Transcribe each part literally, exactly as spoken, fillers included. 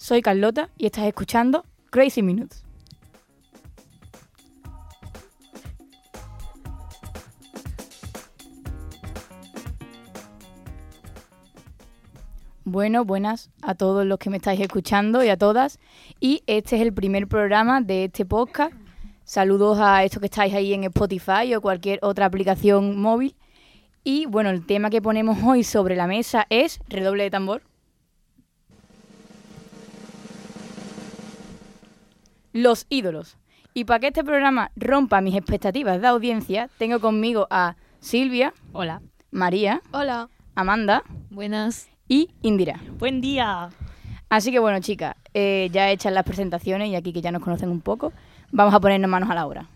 soy Carlota y estás escuchando Crazy Minutes. Bueno, buenas a todos los que me estáis escuchando y a todas. Y este es el primer programa de este podcast. Saludos a estos que estáis ahí en Spotify o cualquier otra aplicación móvil. Y bueno, el tema que ponemos hoy sobre la mesa es redoble de tambor. Los ídolos. Y para que este programa rompa mis expectativas de audiencia, tengo conmigo a Silvia. Hola. María. Hola. Amanda. Buenas. Y Indira. Buen día. Así que bueno, chicas, eh, ya hechas las presentaciones y aquí que ya nos conocen un poco, vamos a ponernos manos a la obra.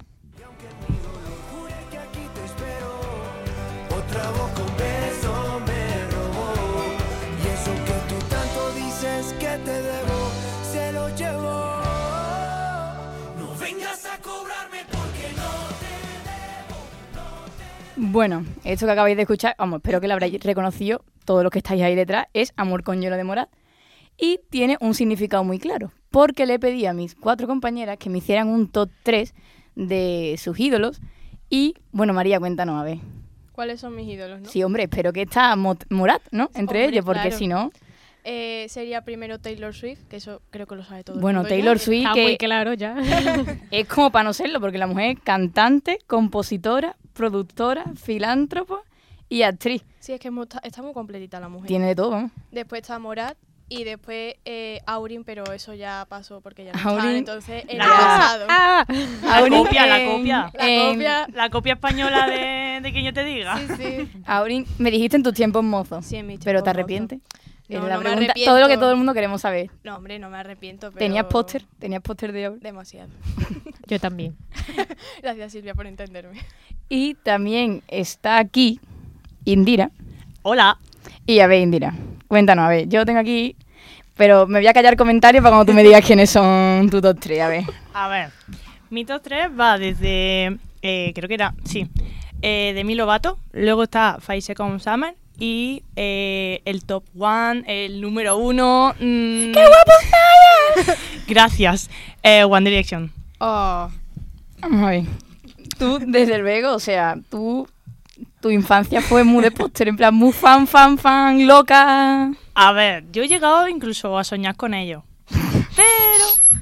Bueno, esto que acabáis de escuchar, vamos, espero que lo habréis reconocido, todos los que estáis ahí detrás, es Amor con hielo de Morat. Y tiene un significado muy claro, porque le pedí a mis cuatro compañeras que me hicieran un top tres de sus ídolos. Y, bueno, María, cuéntanos, a ver. ¿Cuáles son mis ídolos, no? Sí, hombre, espero que está Morat, ¿no? Entre Hombre, ellos, porque claro. si no... Eh, sería primero Taylor Swift, que eso creo que lo sabe todo el Bueno, mundo Taylor ya. Swift, Está que muy claro ya. es como para no serlo, porque la mujer es cantante, compositora, productora, filántropo y actriz. Sí, es que es muy- está muy completita la mujer. Tiene de todo, ¿no? Después está Morat y después eh, Aurin, pero eso ya pasó porque ya no Aurin. está, entonces el La- pasado. Ah, La Aurin copia, la en- copia. La en- copia. La copia española de, de que yo te diga. Sí, sí. Aurin, me dijiste en tus tiempos mozos, Sí, en mis pero tiempos ¿te mozos. arrepientes? No, Es no la me pregunta- arrepiento. todo lo que todo el mundo queremos saber. No, hombre, no me arrepiento, pero... ¿Tenías póster? ¿Tenías póster de Aurin? Demasiado. yo también. Gracias, Silvia, por entenderme. Y también está aquí Indira. Hola. Y a ver, Indira, cuéntanos, a ver, yo tengo aquí... Pero me voy a callar comentarios para cuando tú me digas quiénes son tus top tres, a ver. A ver, mi top tres va desde, eh, creo que era, sí, eh, Demi Lovato, luego está Five Seconds Summer y eh, el top one, el número uno... Mmm, ¡Qué guapo! Gracias, eh, One Direction. Oh, Vamos a ver. Tú, desde luego, o sea, tú... Tu infancia fue muy de póster, en plan, muy fan, fan, fan, loca... A ver, yo he llegado incluso a soñar con ellos, pero...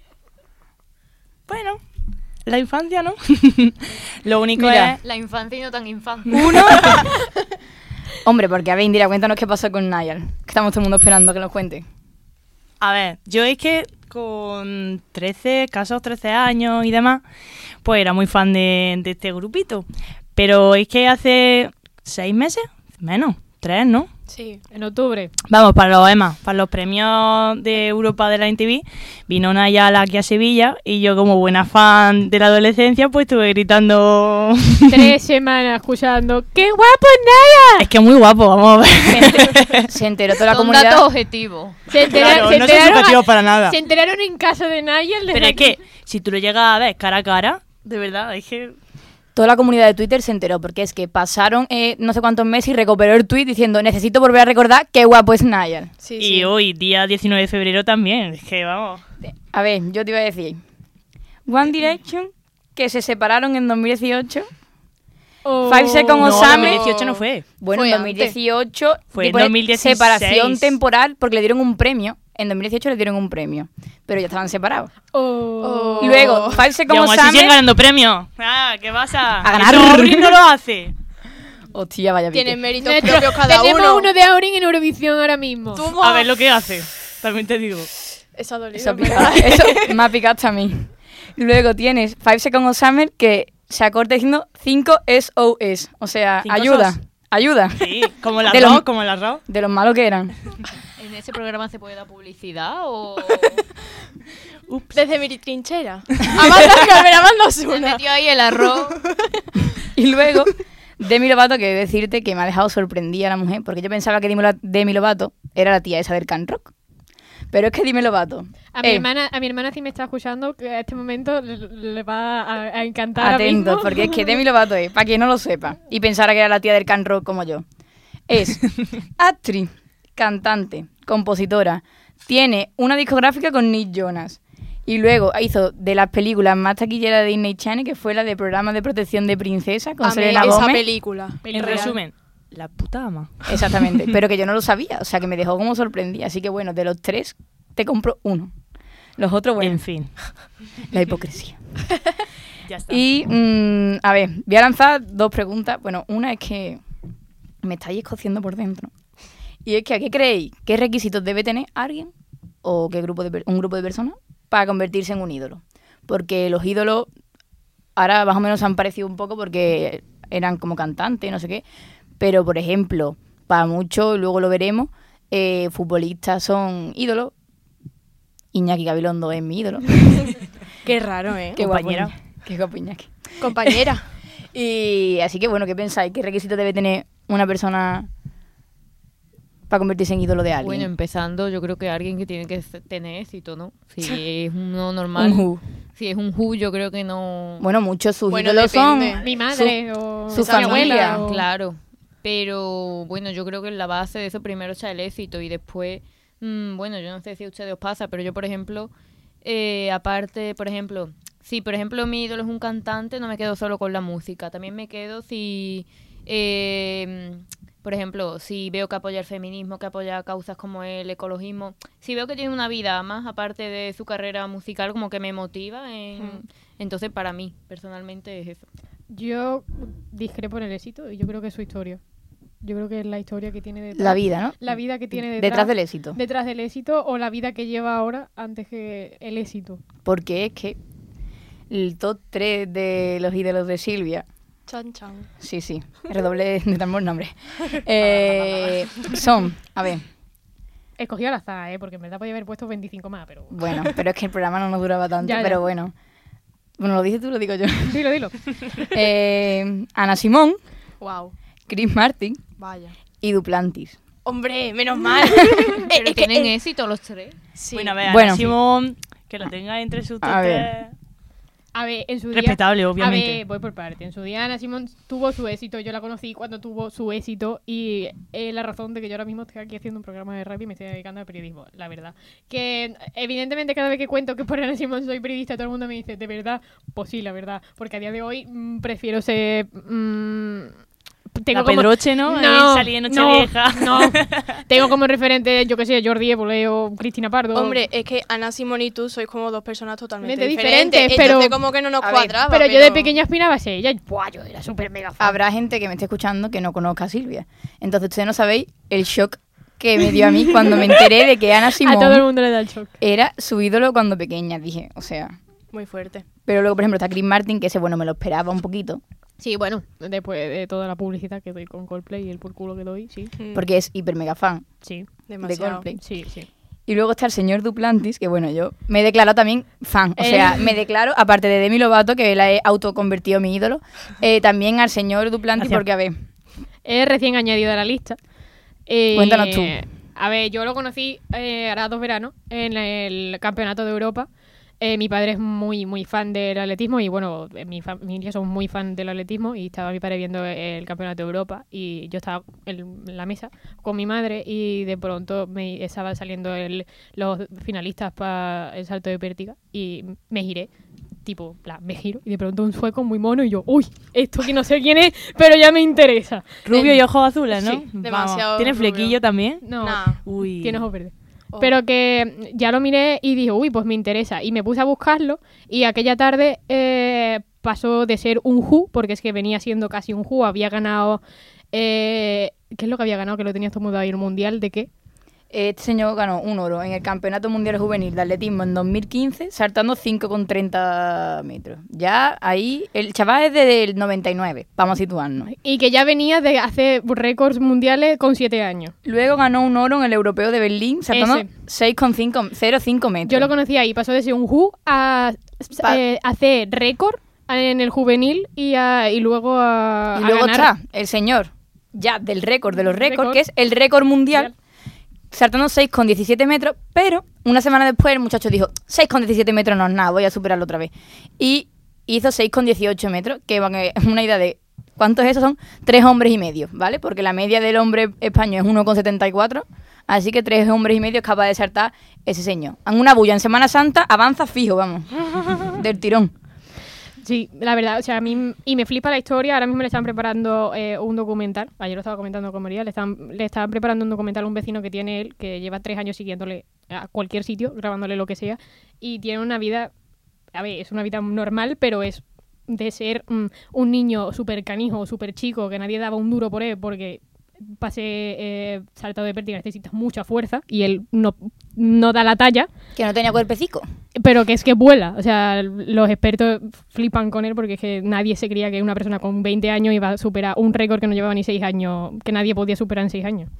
Bueno, la infancia, ¿no? Lo único Mira. es... La infancia y no tan infancia. Uno... Hombre, porque a ver, Indira, cuéntanos qué pasó con Niall. Que estamos todo el mundo esperando que nos cuente. A ver, yo es que con trece, casos trece años y demás, pues era muy fan de, de este grupito. Pero es que hace seis meses, menos, tres, ¿no? sí. En octubre. Vamos, para los E M A, para los premios de Europa de la M T V, vino Nayal aquí a Sevilla y yo como buena fan de la adolescencia, pues estuve gritando... Tres semanas escuchando. ¡Qué guapo es Naya! Es que es muy guapo, vamos a ver. Se enteró, se enteró toda la Son comunidad... datos objetivos. Se, entera- Claro, se no son enteraron, subjetivos para nada. se enteraron en casa de Naya. Pero es que si tú lo llegas a ver cara a cara, de verdad, es que... Toda la comunidad de Twitter se enteró, porque es que pasaron eh, no sé cuántos meses y recuperó el tweet diciendo necesito volver a recordar qué guapo es Niall. Sí, Y sí. hoy, día diecinueve de febrero también, es que vamos... A ver, yo te iba a decir. One Direction, que se separaron en dos mil dieciocho. Oh. Five Seconds No, of dos Summer. mil dieciocho no fue. Bueno, Fue en dos mil dieciocho Fue en tipo de dos mil dieciséis. separación temporal porque le dieron un premio. En dos mil dieciocho le dieron un premio, pero ya estaban separados. Oh. Oh. Luego, Five Y Seconds aún of así siguen Summer. ganando premios. Ah, ¿qué pasa? A ganar. Eso Aurin no lo hace. Hostia, vaya pique. Tienen méritos Nuestro- propios cada Tenemos uno. uno de Aurin en Eurovisión ahora mismo. Tú, A ver lo que hace. También te digo. Eso ha dolido, Eso, ¿verdad? pica- eso me ha picado hasta a mí. Luego tienes Five Seconds of Summer, que se acorta diciendo cinco S O S. O sea, Cinco ayuda. sos. Ayuda. Sí, como el De arroz, los- como el arroz. De los malos que eran. ¿En ese programa se puede dar publicidad o...? Desde mi trinchera. Amanda, que me la mandas Se una. metió ahí el arroz. Y luego, Demi Lovato, que he de decirte que me ha dejado sorprendida la mujer, porque yo pensaba que Demi Lo- Demi Lovato era la tía esa del can rock. Pero es que Demi Lovato. A mi, eh, hermana, a mi hermana si me está escuchando, que a este momento le, le va a, a encantar ahora Atentos, mismo. porque es que Demi Lovato es, para quien no lo sepa, y pensara que era la tía del can rock como yo, es actriz, cantante, compositora, Tiene una discográfica con Nick Jonas. Y luego hizo de las películas más taquilleras de Disney Channel, que fue la de Programa de Protección de Princesa con A mí Selena esa Gómez. película. En resumen, la puta ama. Exactamente, pero que yo no lo sabía, o sea que me dejó como sorprendida. Así que bueno, de los tres te compro uno. Los otros, bueno, En fin, la hipocresía. ya está. Y, mm, a ver, voy a lanzar dos preguntas. Bueno, una es que me estáis escociendo por dentro. Y es que, ¿a qué creéis? ¿Qué requisitos debe tener alguien o qué grupo de per- un grupo de personas para convertirse en un ídolo? Porque los ídolos ahora más o menos se han parecido un poco porque eran como cantantes, no sé qué. Pero, por ejemplo, para muchos, luego lo veremos, eh, futbolistas son ídolos. Iñaki Gabilondo es mi ídolo. Qué raro, ¿eh? Qué guapo, Compañera. Iñaki. Qué guapo Iñaki. Compañera. Y así que bueno, ¿qué pensáis? ¿Qué requisitos debe tener una persona para convertirse en ídolo de alguien? Bueno, empezando, yo creo que alguien que tiene que se- tener éxito, ¿no? Si es uno normal, Un who. si es un who, yo creo que no... Bueno, muchos sus Bueno, ídolos depende. son Mi madre o su mi familia. abuela. o- Claro, pero bueno, yo creo que en la base de eso primero está el éxito y después, mm, bueno, yo no sé si a ustedes os pasa, pero yo, por ejemplo, eh, aparte, por ejemplo, si por ejemplo mi ídolo es un cantante, no me quedo solo con la música, también me quedo si, eh, por ejemplo, si veo que apoya el feminismo, que apoya causas como el ecologismo, si veo que tiene una vida más aparte de su carrera musical, como que me motiva, en- Mm. entonces para mí, personalmente, es eso. Yo discrepo en el éxito y yo creo que es su historia. Yo creo que es la historia que tiene detrás. la vida, ¿no? La vida que tiene detrás, Detrás del éxito. detrás del éxito o la vida que lleva ahora antes que el éxito. Porque es que el top tres de los ídolos de Silvia, Chan, chan. sí, sí, redoble de tambor nombre, eh, son, a ver, Escogí al azar, ¿eh? Porque en verdad podía haber puesto veinticinco más, pero... bueno, pero es que el programa no nos duraba tanto, Ya, ya. pero bueno. Bueno, lo dices tú, lo digo yo. Dilo, dilo. Eh, Ana Simón, Wow. Chris Martin Vaya. y Duplantis. Hombre, menos mal. Pero Es que, tienen eh, éxito los tres. sí. Bueno, a ver, Bueno. Ana Simón, que lo tenga entre sus top A ver. tres. A ver, en su día... Respetable, A obviamente. ver, voy por parte. En su día Ana Simón tuvo su éxito. Yo la conocí cuando tuvo su éxito y es la razón de que yo ahora mismo estoy aquí haciendo un programa de radio y me estoy dedicando al periodismo, la verdad. Que evidentemente cada vez que cuento que por Ana Simón soy periodista, todo el mundo me dice, ¿de verdad? Pues sí, la verdad. Porque a día de hoy mm, prefiero ser... mm, tengo La como- Pedroche, ¿no? No, Ahí salí en no, Nochevieja. no. Tengo como referente, yo qué sé, Jordi Évole o Cristina Pardo. Hombre, es que Ana Simón y tú sois como dos personas totalmente Mente diferentes. diferentes, pero- Entonces como que no nos A ver, cuadraba. pero yo de pequeña aspiraba a ser ella. y, ¡buah! Yo era súper mega fan. Habrá gente que me esté escuchando que no conozca a Silvia. Entonces ustedes no sabéis el shock que me dio a mí cuando me enteré de que Ana A todo el Simón mundo le da el shock. era su ídolo cuando pequeña. Dije, o sea... Muy fuerte. Pero luego, por ejemplo, está Chris Martin, que ese, bueno, me lo esperaba un poquito, Sí, bueno, después de toda la publicidad que doy con Coldplay y el por culo que doy, sí. Mm, porque es hiper mega fan Sí, de demasiado. Coldplay. sí, sí. Y luego está el señor Duplantis, que bueno, yo me he declarado también fan. O Eh. sea, me declaro, aparte de Demi Lovato, que la he autoconvertido mi ídolo, eh, también al señor Duplantis, Gracias. porque a ver, Es recién añadido a la lista. Eh, Cuéntanos tú. A ver, yo lo conocí eh, hará dos veranos en el Campeonato de Europa. Eh, mi padre es muy, muy fan del atletismo y bueno, en mi familia somos muy fan del atletismo y estaba mi padre viendo el Campeonato de Europa y yo estaba en la mesa con mi madre y de pronto me estaban saliendo el- los finalistas para el salto de pértiga y me giré, tipo, la, me giro y de pronto un sueco muy mono y yo, uy, esto que no sé quién es, pero ya me interesa. Rubio Eh, y ojos azules, ¿no? sí, Vamos. demasiado ¿Tiene rubio. flequillo también? No, Nah. Uy. tiene ojos verdes. Oh. Pero que ya lo miré y dije, uy, pues me interesa. Y me puse a buscarlo y aquella tarde eh, pasó de ser un Who, porque es que venía siendo casi un Who, había ganado... Eh, ¿Qué es lo que había ganado? Que lo tenías todo mudado ahí, el mundial de qué? este señor ganó un oro en el Campeonato Mundial Juvenil de Atletismo en dos mil quince, saltando cinco coma treinta metros. Ya ahí, el chaval es desde el noventa y nueve, vamos a situarnos. Y que ya venía de hacer récords mundiales con siete años. Luego ganó un oro en el Europeo de Berlín, saltando Ese. seis coma cero cinco metros. Yo lo conocí ahí, pasó de ser un Who a Pa- eh, hacer récord en el juvenil y, a- y luego a, Y a luego ganar. está el señor, ya del récord de los récords, Récord. que es el récord mundial, Mundial. saltando seis coma diecisiete metros, pero una semana después el muchacho dijo, seis coma diecisiete metros no es nada, voy a superarlo otra vez. Y hizo seis coma dieciocho metros, que van a una idea de cuántos es eso, son tres hombres y medio, ¿vale? Porque la media del hombre español es uno coma setenta y cuatro, Así que tres hombres y medio es capaz de saltar ese señor. En una bulla en Semana Santa avanza fijo, vamos, del tirón. Sí, la verdad, o sea, a mí, y me flipa la historia, ahora mismo le están preparando eh, un documental, ayer lo estaba comentando con María, le están, le están preparando un documental a un vecino que tiene él, que lleva tres años siguiéndole a cualquier sitio, grabándole lo que sea, y tiene una vida, a ver, es una vida normal, pero es de ser mm, un niño súper canijo, súper chico, que nadie daba un duro por él, porque pase eh, saltado de pértiga necesitas mucha fuerza, y él no, no da la talla. Que no tenía cuerpecico. Pero que es que vuela, o sea, los expertos flipan con él porque es que nadie se creía que una persona con veinte años iba a superar un récord que no llevaba ni seis años, que nadie podía superar en seis años.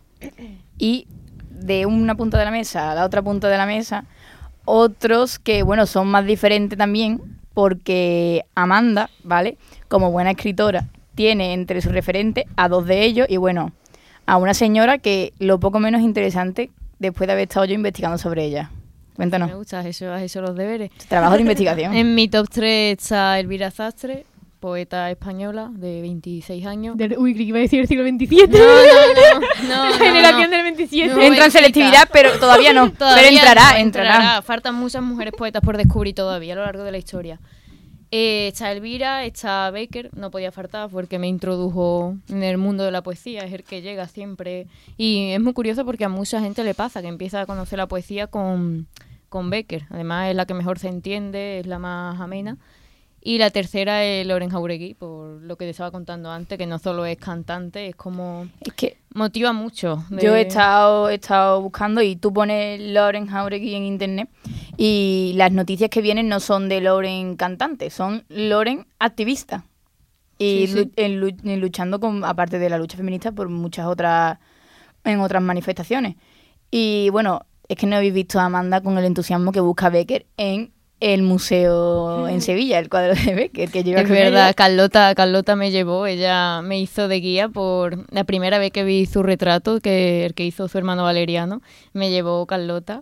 Y de una punta de la mesa a la otra punta de la mesa, otros que, bueno, son más diferentes también, porque Amanda, ¿vale?, como buena escritora, tiene entre sus referentes a dos de ellos y, bueno, a una señora que lo poco menos interesante después de haber estado yo investigando sobre ella. Cuéntanos. Me gusta, has hecho, has hecho los deberes. Trabajo de investigación. En mi top tres está Elvira Sastre, poeta española de veintiséis años. Del, uy, creí que iba a decir el siglo veintisiete. No, no, no. no, La generación no. del veintisiete. No, Entra en selectividad, pero todavía no. Todavía pero entrará, no, entrará. Faltan muchas mujeres poetas por descubrir todavía a lo largo de la historia. Eh, está Elvira, está Becker, no podía faltar porque me introdujo en el mundo de la poesía, es el que llega siempre. Y es muy curioso porque a mucha gente le pasa que empieza a conocer la poesía con, con Becker. Además es la que mejor se entiende, es la más amena. Y la tercera es Lauren Jauregui, por lo que te estaba contando antes, que no solo es cantante, es como... Es que motiva mucho. de- yo he estado, he estado buscando y tú pones Lauren Jauregui en internet y las noticias que vienen no son de Lauren cantante, son Lauren activista. Y Sí, sí. lu- en lu- en luchando con, aparte de la lucha feminista, por muchas otras, en otras manifestaciones. Y bueno, es que no habéis visto a Amanda con el entusiasmo que busca Becker en el museo en Sevilla, el cuadro de Becker que lleva Es con verdad, ella. Carlota, Carlota me llevó, ella me hizo de guía por la primera vez que vi su retrato, que el que hizo su hermano Valeriano, me llevó Carlota.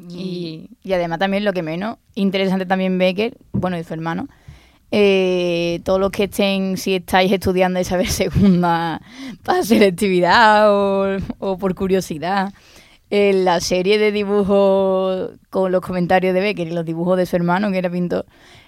Y Y además también lo que menos interesante también Becker, bueno, y su hermano, eh, todos los que estén, si estáis estudiando esa vez segunda para selectividad o, o por curiosidad, en la serie de dibujos con los comentarios de Becker y los dibujos de su hermano, que era pintor,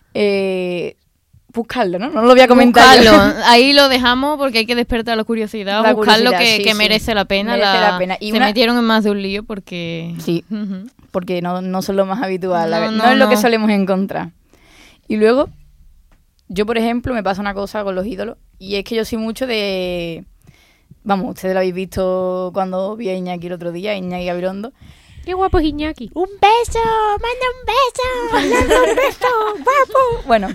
eh, buscarlo, ¿no? No lo voy a comentar. yo. buscarlo, ahí lo dejamos porque hay que despertar la curiosidad, La buscarlo curiosidad, que, sí, que sí. merece la pena. Merece la pena. Y se una- metieron en más de un lío porque... Sí, Ujú. porque no, no son lo más habitual, a No, ver, no, no, es lo que no. solemos encontrar. Y luego, yo por ejemplo, me pasa una cosa con los ídolos, y es que yo soy mucho de... Vamos, ustedes lo habéis visto cuando vi a Iñaki el otro día, Iñaki Gabilondo. Qué guapo es Iñaki. ¡Un beso! ¡Manda un beso! ¡Manda un beso! ¡Guapo! Bueno,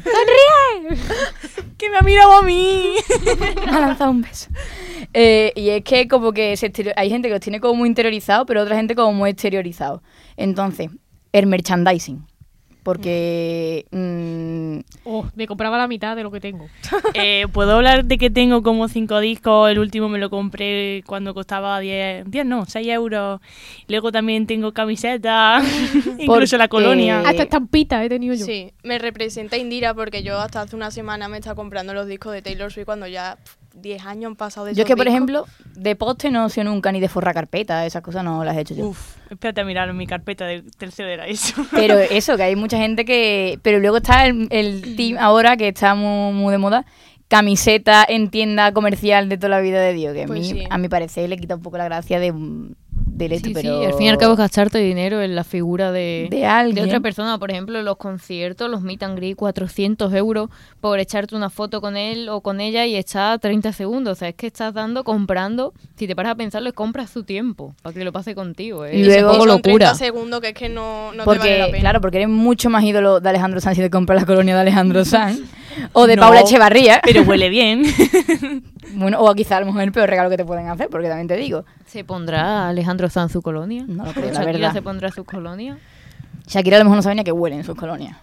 ¡Que me ha mirado a mí! me ha lanzado un beso. Eh, y es que como que se exterior- hay gente que los tiene como muy interiorizado, pero otra gente como muy exteriorizado. Entonces, el merchandising. Porque... mm, Oh, me compraba la mitad de lo que tengo. Eh, Puedo hablar de que tengo como cinco discos. El último me lo compré cuando costaba diez, diez no, seis euros. Luego también tengo camisetas, incluso la Porque- colonia. Hasta estampitas he tenido yo. Sí, me representa Indira porque yo hasta hace una semana me estaba comprando los discos de Taylor Swift cuando ya pff, diez años han pasado de yo es esos que, por discos. ejemplo, de poste no sé nunca, ni de forrar carpeta, esas cosas no las he hecho yo. Uf, espérate a mirar mi carpeta del tercero era eso. Pero eso, que hay mucha gente que... Pero luego está el, el team ahora, que está muy, muy de moda, camiseta en tienda comercial de toda la vida de Dios, que a, Pues mí, sí. a mi parecer le quita un poco la gracia de, del esto, Sí, pero... sí, al fin y al cabo es gastarte dinero en la figura de, de alguien. de otra persona. Por ejemplo, los conciertos, los meet and greet, cuatrocientos euros por echarte una foto con él o con ella y echar treinta segundos. O sea, es que estás dando, comprando, si te paras a pensarlo, es compras su tiempo para que lo pase contigo. ¿eh? Y Es luego- un poco Y son locura. treinta segundos que es que no, no te porque, vale la pena. claro, porque eres mucho más ídolo de Alejandro Sanz si te compras la colonia de Alejandro Sanz. O de No, Paula Echevarría. Pero huele bien. Bueno, o quizá a lo mejor el peor regalo que te pueden hacer, porque también te digo. ¿Se pondrá Alejandro Sanz su colonia? No lo ¿O creo, la Shakira verdad. se pondrá su colonia? Shakira a lo mejor no sabe ni a qué huele en sus colonias.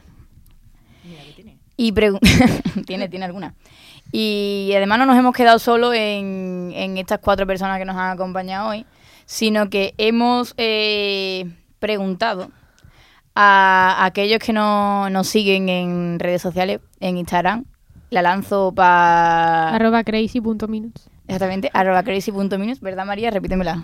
Y pregu- tiene, tiene alguna. Y además no nos hemos quedado solo en, en estas cuatro personas que nos han acompañado hoy, sino que hemos eh, preguntado a aquellos que no, nos siguen en redes sociales, en Instagram. La lanzo para... Arroba crazy.minutes. Exactamente, arroba crazy punto minus, ¿verdad, María? Repítemela.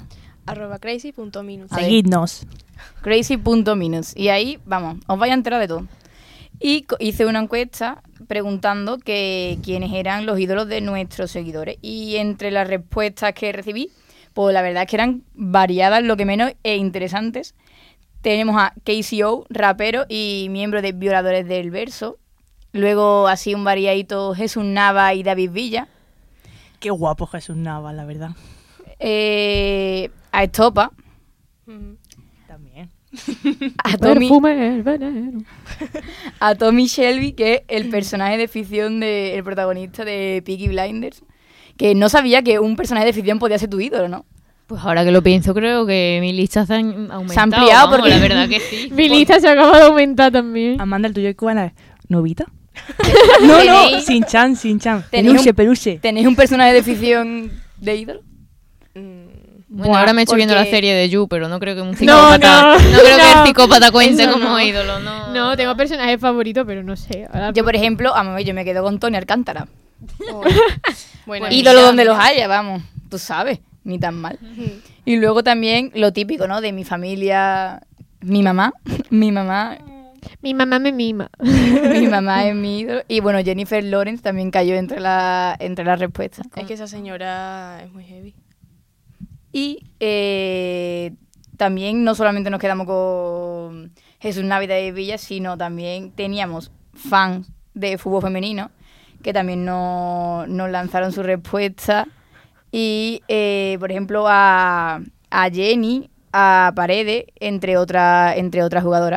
Arroba crazy.minus. A ver. Seguidnos. Crazy.minus. Y ahí, vamos, os vais a enterar de todo. Y co- hice una encuesta preguntando que quiénes eran los ídolos de nuestros seguidores. Y entre las respuestas que recibí, pues la verdad es que eran variadas, lo que menos, e interesantes. Tenemos a K C O, rapero y miembro de Violadores del Verso. Luego, así un variadito, Jesús Nava y David Villa. Qué guapo Jesús Nava, la verdad. Eh, a Estopa. Ujú. También. A Tommy, Perfume, el veneno. a Tommy Shelby, que es el personaje de ficción del protagonista de Peaky Blinders. Que no sabía que un personaje de ficción podía ser tu ídolo, ¿no? Pues ahora que lo pienso, creo que mi lista se ha aumentado. Se ha ampliado vamos, porque- la verdad que sí. Mi lista se acaba de aumentar también. Amanda, el tuyo y cuál es. ¿Novita? No, no, ¿Tenéis- sin chan, sin chan. tenéis Peluche, un- peluche. ¿Tenéis un personaje de ficción de ídolo? Mm, Bueno, Buah, ahora me estoy viendo la porque- serie de You, pero no creo que un No, psicópata. no, creo que no. el psicópata cuente Eso como no. ídolo, no. No, tengo personajes favoritos, pero no sé. Ahora- Yo, por ejemplo, a mí, yo me quedo con Tony Alcántara. oh. Bueno, ídolo mira, donde mira. los haya, vamos. Tú sabes, ni tan mal. Y luego también lo típico, ¿no? De mi familia, mi mamá, mi mamá, Mi mamá me mima. mi mamá es mi ídolo. Y bueno, Jennifer Lawrence también cayó entre, la, entre las respuestas. Es que esa señora es muy heavy. Y eh, también no solamente nos quedamos con Jesús Navidad de Villa, sino también teníamos fans de fútbol femenino que también no- nos lanzaron su respuesta. Y, eh, por ejemplo, a, a Jenny, a Paredes, entre, otra, entre otras jugadoras.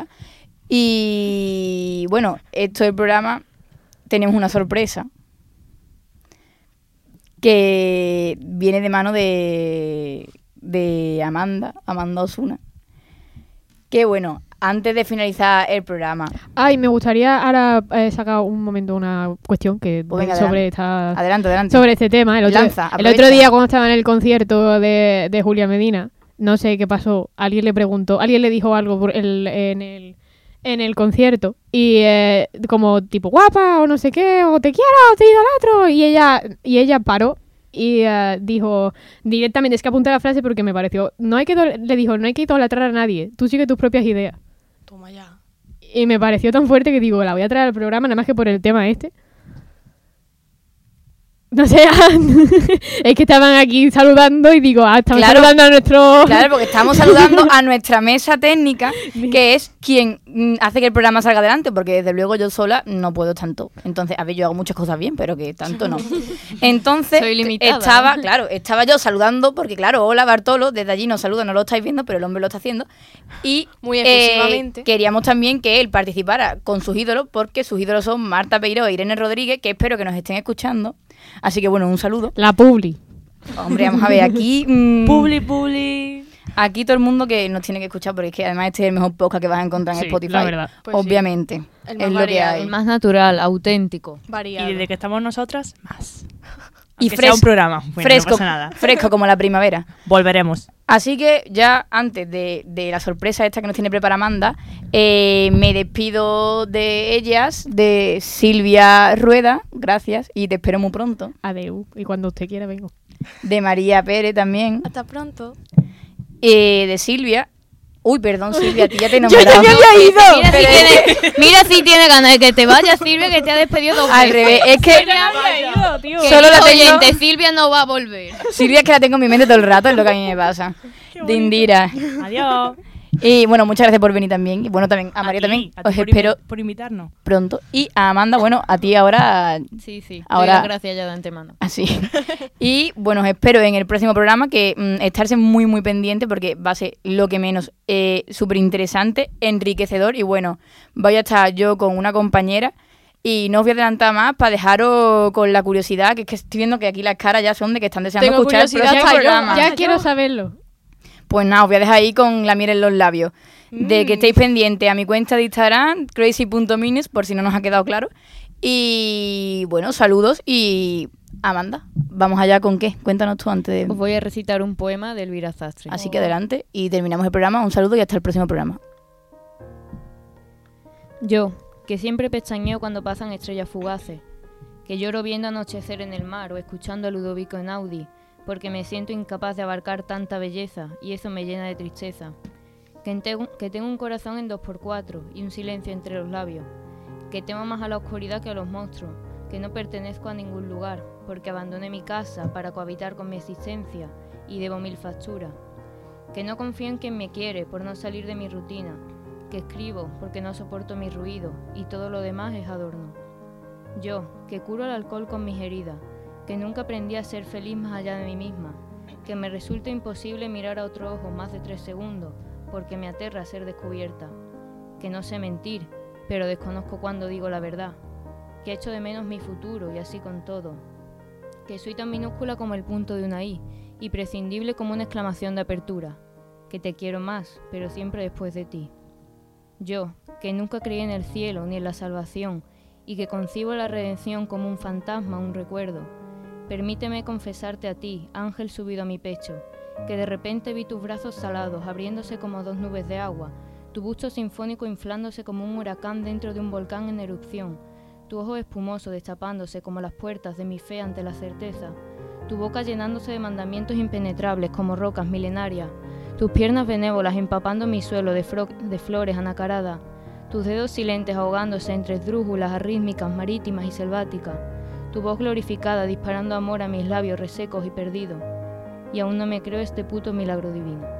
Y bueno, esto del programa tenemos una sorpresa que viene de mano de, de Amanda, Amanda Osuna. Que bueno, antes de finalizar el programa, Ay, me gustaría ahora eh, sacar un momento una cuestión que Pues venga, sobre esta adelante, adelante. sobre este tema. El otro, Lanza, el otro aprovecha. día cuando estaba en el concierto de, de Julia Medina, no sé qué pasó, alguien le preguntó, alguien le dijo algo por el- en el en el concierto y eh, como tipo guapa o no sé qué, o te quiero, o te idolatro, y ella y ella paró y eh, dijo directamente, es que apunté la frase porque me pareció, no hay que idol- le dijo, no hay que idolatrar a nadie, tú sigue tus propias ideas. Toma ya. Y me pareció tan fuerte que digo, la voy a traer al programa nada más que por el tema este. No sé, es que estaban aquí saludando y digo, ah, estamos Claro. saludando a nuestro... Claro, porque estamos saludando a nuestra mesa técnica, que es quien mm, hace que el programa salga adelante, porque desde luego yo sola no puedo tanto. Entonces, a ver, yo hago muchas cosas bien, pero que tanto no. Entonces, Soy limitada. estaba, claro, estaba yo saludando, porque claro, hola Bartolo, desde allí nos saluda, no lo estáis viendo, pero el hombre lo está haciendo. Y Muy eh, efusivamente. queríamos también que él participara con sus ídolos, porque sus ídolos son Marta Peiró e Irene Rodríguez, que espero que nos estén escuchando. Así que bueno, un saludo. La Publi. Hombre, vamos a ver, aquí... mm, Publi, publi. Aquí todo el mundo que nos tiene que escuchar, porque es que además este es el mejor podcast que vas a encontrar en Sí, Spotify. la verdad. Pues sí. Obviamente. El es más lo que variado. hay. El más natural, auténtico. Variado. Y desde que estamos nosotras, más. Y Aunque sea fresco. un programa. Bueno, fresco, no pasa nada. fresco como la primavera. Volveremos. Así que ya antes de, de la sorpresa esta que nos tiene preparada Amanda, eh, me despido de ellas, de Silvia Rueda, gracias, y te espero muy pronto. Adeu. Y cuando usted quiera vengo. De María Pérez también, Hasta pronto. eh, de Silvia. Uy, perdón Silvia, a ti ya te he ¡Yo nombrado. ya me había ido! Mira si, tiene, mira si tiene ganas de que te vayas, Silvia, que te ha despedido dos Al veces. revés, es que Ya me había ido, tío. Que solo la dijo, tengo- oyente, Silvia no va a volver. Silvia es que la tengo en mi mente todo el rato, es lo que a mí me pasa. De Indira. Adiós. Y bueno, muchas gracias por venir también. Y bueno, también a María ti, también. a ti Os por espero invi- por invitarnos. pronto. Y a Amanda, bueno, a ti ahora Sí, sí. Ahora- Ahora. Gracias ya de antemano. así. Y bueno, os espero en el próximo programa que mm, estarse muy, muy pendiente porque va a ser lo que menos eh, súper interesante, enriquecedor. Y bueno, voy a estar yo con una compañera. Y no os voy a adelantar más para dejaros con la curiosidad, que es que estoy viendo que aquí las caras ya son de que están deseando Tengo escuchar el curiosidad próximo hasta yo. programa. Ya quiero saberlo. Pues nada, os voy a dejar ahí con la miel en los labios. De que Mm. estéis pendientes a mi cuenta de Instagram, crazy punto minus, por si no nos ha quedado claro. Y bueno, saludos y Amanda, vamos allá con qué. Cuéntanos tú antes de... Os voy a recitar un poema de Elvira Sastre. Así que adelante y terminamos el programa. Un saludo y hasta el próximo programa. Yo, que siempre pestañeo cuando pasan estrellas fugaces, que lloro viendo anochecer en el mar o escuchando a Ludovico en Audi, porque me siento incapaz de abarcar tanta belleza y eso me llena de tristeza. Que tengo, que tengo un corazón en dos por cuatro y un silencio entre los labios. Que temo más a la oscuridad que a los monstruos. Que no pertenezco a ningún lugar, porque abandoné mi casa para cohabitar con mi existencia y debo mil facturas. Que no confío en quien me quiere por no salir de mi rutina. Que escribo porque no soporto mi ruido y todo lo demás es adorno. Yo, que curo el alcohol con mis heridas, que nunca aprendí a ser feliz más allá de mí misma, que me resulta imposible mirar a otro ojo más de tres segundos porque me aterra ser descubierta, que no sé mentir, pero desconozco cuando digo la verdad, que echo de menos mi futuro y así con todo, que soy tan minúscula como el punto de una I y prescindible como una exclamación de apertura, que te quiero más, pero siempre después de ti. Yo, que nunca creí en el cielo ni en la salvación y que concibo la redención como un fantasma, un recuerdo, permíteme confesarte a ti, ángel subido a mi pecho, que de repente vi tus brazos salados abriéndose como dos nubes de agua, tu busto sinfónico inflándose como un huracán dentro de un volcán en erupción, tu ojo espumoso destapándose como las puertas de mi fe ante la certeza, tu boca llenándose de mandamientos impenetrables como rocas milenarias, tus piernas benévolas empapando mi suelo de, de flores anacaradas, tus dedos silentes ahogándose entre esdrújulas arrítmicas, marítimas y selváticas, tu voz glorificada disparando amor a mis labios resecos y perdidos, y aún no me creo este puto milagro divino.